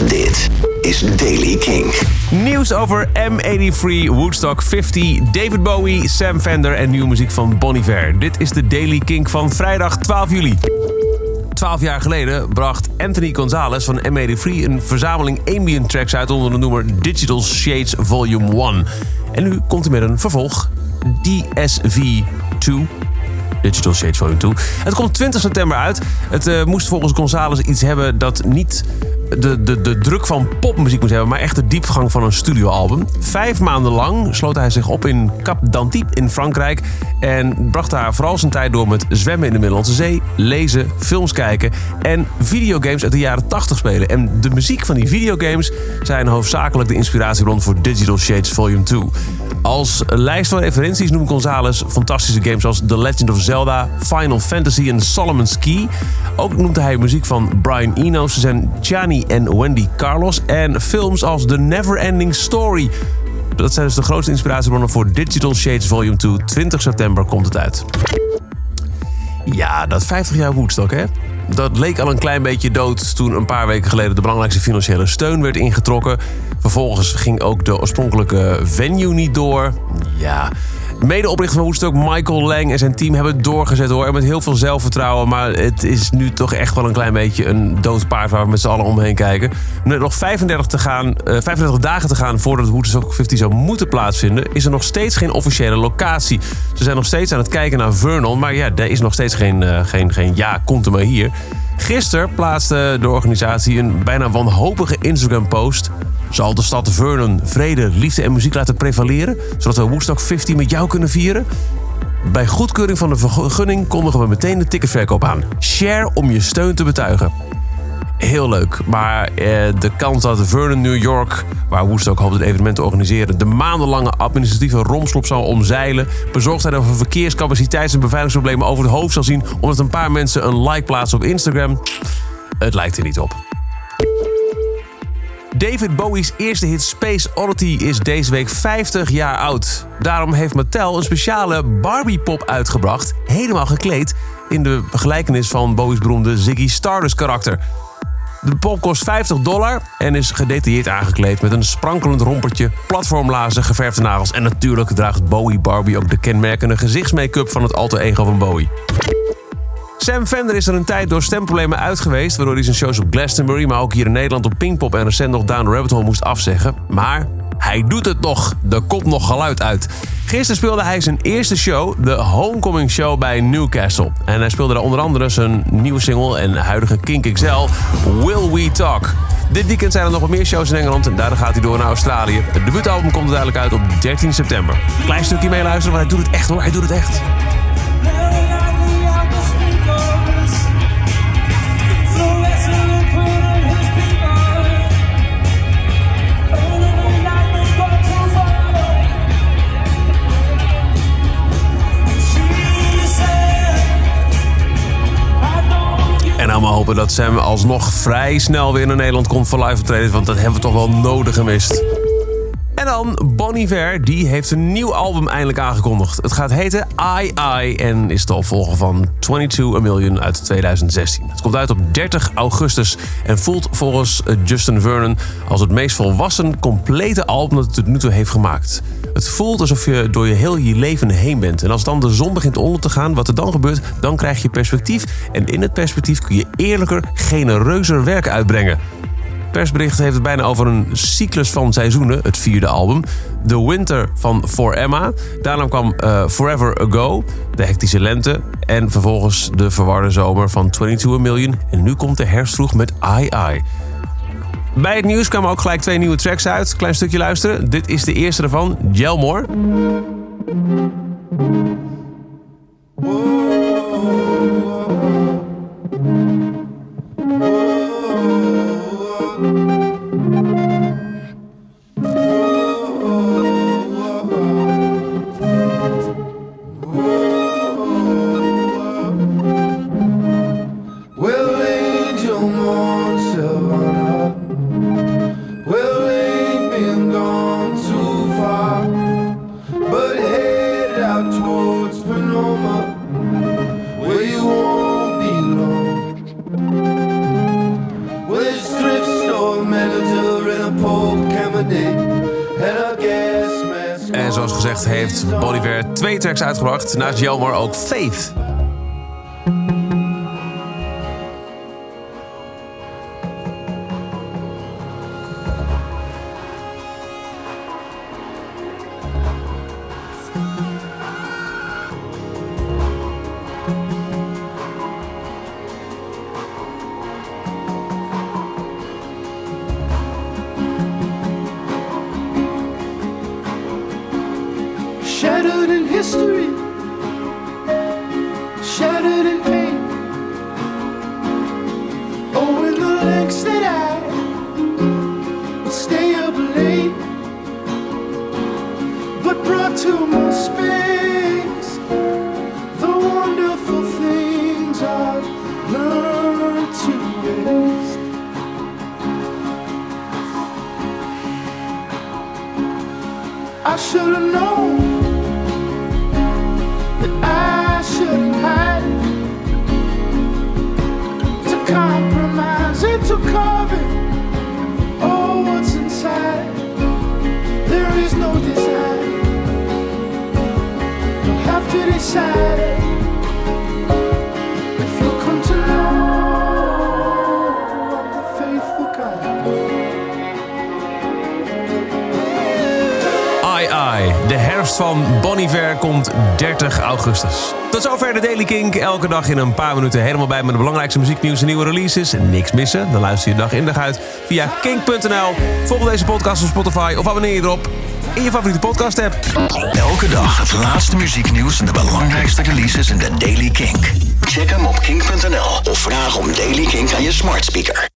Dit is Daily King. Nieuws over M83, Woodstock 50, David Bowie, Sam Fender en nieuwe muziek van Bon Iver. Dit is de Daily King van vrijdag 12 juli. 12 jaar geleden bracht Anthony Gonzalez van M83 een verzameling ambient tracks uit onder de noemer Digital Shades Volume 1. En nu komt hij met een vervolg, DSV2. Digital Shades Volume 2. Het komt 20 september uit. Het moest volgens Gonzalez iets hebben dat niet de druk van popmuziek moest hebben, maar echt de diepgang van een studioalbum. 5 maanden lang sloot hij zich op in Cap d'Antibes in Frankrijk en bracht daar vooral zijn tijd door met zwemmen in de Middellandse Zee, lezen, films kijken en videogames uit de jaren 80 spelen. En de muziek van die videogames zijn hoofdzakelijk de inspiratiebron voor Digital Shades Volume 2. Als lijst van referenties noemt Gonzalez fantastische games als The Legend of Zelda, Final Fantasy en Solomon's Key. Ook noemde hij muziek van Brian Eno, Suzanne Ciani en Wendy Carlos en films als The Neverending Story. Dat zijn dus de grootste inspiratiebronnen voor Digital Shades Volume 2. 20 september komt het uit. Ja, dat 50 jaar Woodstock, hè? Dat leek al een klein beetje dood toen een paar weken geleden de belangrijkste financiële steun werd ingetrokken. Vervolgens ging ook de oorspronkelijke venue niet door. Ja, de medeoprichter van Woodstock, Michael Lang en zijn team hebben het doorgezet hoor. En met heel veel zelfvertrouwen. Maar het is nu toch echt wel een klein beetje een dood paard waar we met z'n allen omheen kijken. Met nog 35 dagen te gaan voordat het Woodstock 50 zou moeten plaatsvinden, is er nog steeds geen officiële locatie. Ze zijn nog steeds aan het kijken naar Vernon. Maar ja, er is nog steeds geen ja, komt er maar hier. Gisteren plaatste de organisatie een bijna wanhopige Instagram-post. Zal de stad Vernon vrede, liefde en muziek laten prevaleren, zodat we Woodstock 50 met jou kunnen vieren? Bij goedkeuring van de vergunning kondigen we meteen de ticketverkoop aan. Share om je steun te betuigen. Heel leuk, maar de kans dat Vernon, New York, waar Woodstock hoopt het evenement te organiseren, de maandenlange administratieve romslomp zal omzeilen, bezorgdheid over verkeerscapaciteits- en beveiligingsproblemen over het hoofd zal zien omdat een paar mensen een like plaatsen op Instagram, het lijkt er niet op. David Bowie's eerste hit Space Oddity is deze week 50 jaar oud. Daarom heeft Mattel een speciale Barbie-pop uitgebracht, helemaal gekleed in de gelijkenis van Bowie's beroemde Ziggy Stardust karakter. De pop kost $50 en is gedetailleerd aangekleed met een sprankelend rompertje, platformlazen, geverfde nagels en natuurlijk draagt Bowie Barbie ook de kenmerkende gezichtsmake-up van het alter ego van Bowie. Sam Fender is er een tijd door stemproblemen uit geweest, waardoor hij zijn shows op Glastonbury, maar ook hier in Nederland op Pinkpop en recent nog Down the Rabbit Hole moest afzeggen. Maar hij doet het nog. Er komt nog geluid uit. Gisteren speelde hij zijn eerste show, de Homecoming Show bij Newcastle. En hij speelde daar onder andere zijn nieuwe single en huidige Kink XL, Will We Talk. Dit weekend zijn er nog wat meer shows in Engeland en daarna gaat hij door naar Australië. Het debuutalbum komt er duidelijk uit op 13 september. Klein stukje meeluisteren, want hij doet het echt hoor, hij doet het echt. En nou maar hopen dat Sam alsnog vrij snel weer naar Nederland komt voor live optredens, want dat hebben we toch wel nodig gemist. En dan Bon Iver, die heeft een nieuw album eindelijk aangekondigd. Het gaat heten I en is de opvolger van 22 A Million uit 2016. Het komt uit op 30 augustus en voelt volgens Justin Vernon als het meest volwassen, complete album dat het tot nu toe heeft gemaakt. Het voelt alsof je door je leven heen bent. En als dan de zon begint onder te gaan, wat er dan gebeurt, dan krijg je perspectief. En in het perspectief kun je eerlijker, genereuzer werk uitbrengen. Persbericht heeft het bijna over een cyclus van seizoenen, het 4e album. The Winter van For Emma. Daarna kwam Forever Ago, de hectische lente. En vervolgens de verwarde zomer van 22 A Million. En nu komt de herfst vroeg met I. Bij het nieuws kwamen ook gelijk 2 nieuwe tracks uit. Klein stukje luisteren. Dit is de eerste ervan, Gelmore. But head out towards Panama. zoals gezegd heeft Bon Iver 2 tracks uitgebracht. Naast Jelmer ook Faith. Shattered in history, shattered in pain. Oh, in the lengths that I would stay up late, but brought to my space the wonderful things I've learned to waste. I should have known I shouldn't hide, to compromise and to carve it. Oh, what's inside? There is no desire. You'll have to decide if you come to know I'm the faithful kind. De herfst van Bon Iver komt 30 augustus. Tot zover de Daily Kink. Elke dag in een paar minuten helemaal bij met de belangrijkste muzieknieuws en nieuwe releases. Niks missen. Dan luister je dag in dag uit via kink.nl. Volg deze podcast op Spotify of abonneer je erop in je favoriete podcast app. Elke dag het laatste muzieknieuws en de belangrijkste releases in de Daily Kink. Check hem op kink.nl of vraag om Daily Kink aan je smart speaker.